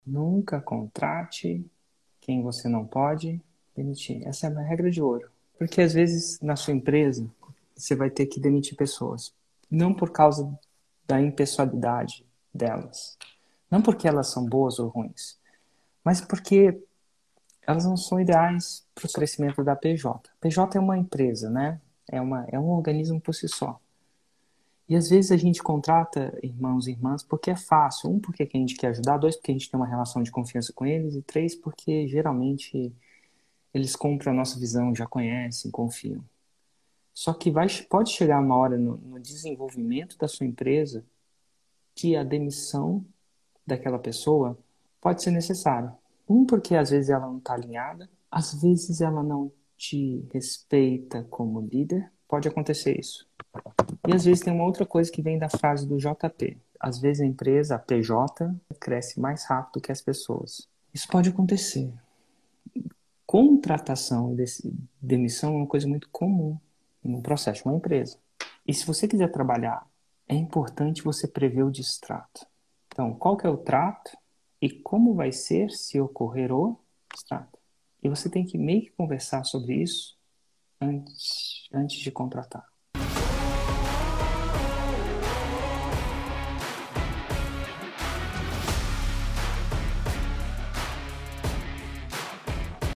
Nunca contrate quem você não pode demitir. Essa é a regra de ouro. Porque às vezes na sua empresa você vai ter que demitir pessoas. Não por causa da impessoalidade delas. Não porque elas são boas ou ruins. Mas porque elas não são ideais para o crescimento da PJ. A PJ é uma empresa, né? É um organismo por si só. E às vezes a gente contrata irmãos e irmãs porque é fácil. Um, porque a gente quer ajudar. Dois, porque a gente tem uma relação de confiança com eles. E três, porque geralmente eles compram a nossa visão, já conhecem, confiam. Só que pode chegar uma hora no desenvolvimento da sua empresa que a demissão daquela pessoa pode ser necessária. Um, porque às vezes ela não está alinhada. Às vezes ela não te respeita como líder. Pode acontecer isso. E às vezes tem uma outra coisa que vem da frase do JP. Às vezes a empresa, a PJ, cresce mais rápido que as pessoas. Isso pode acontecer. Contratação e demissão é uma coisa muito comum no processo de uma empresa. E se você quiser trabalhar, é importante você prever o distrato. Então, qual que é o trato e como vai ser se ocorrer o distrato? E você tem que meio que conversar sobre isso antes de contratar.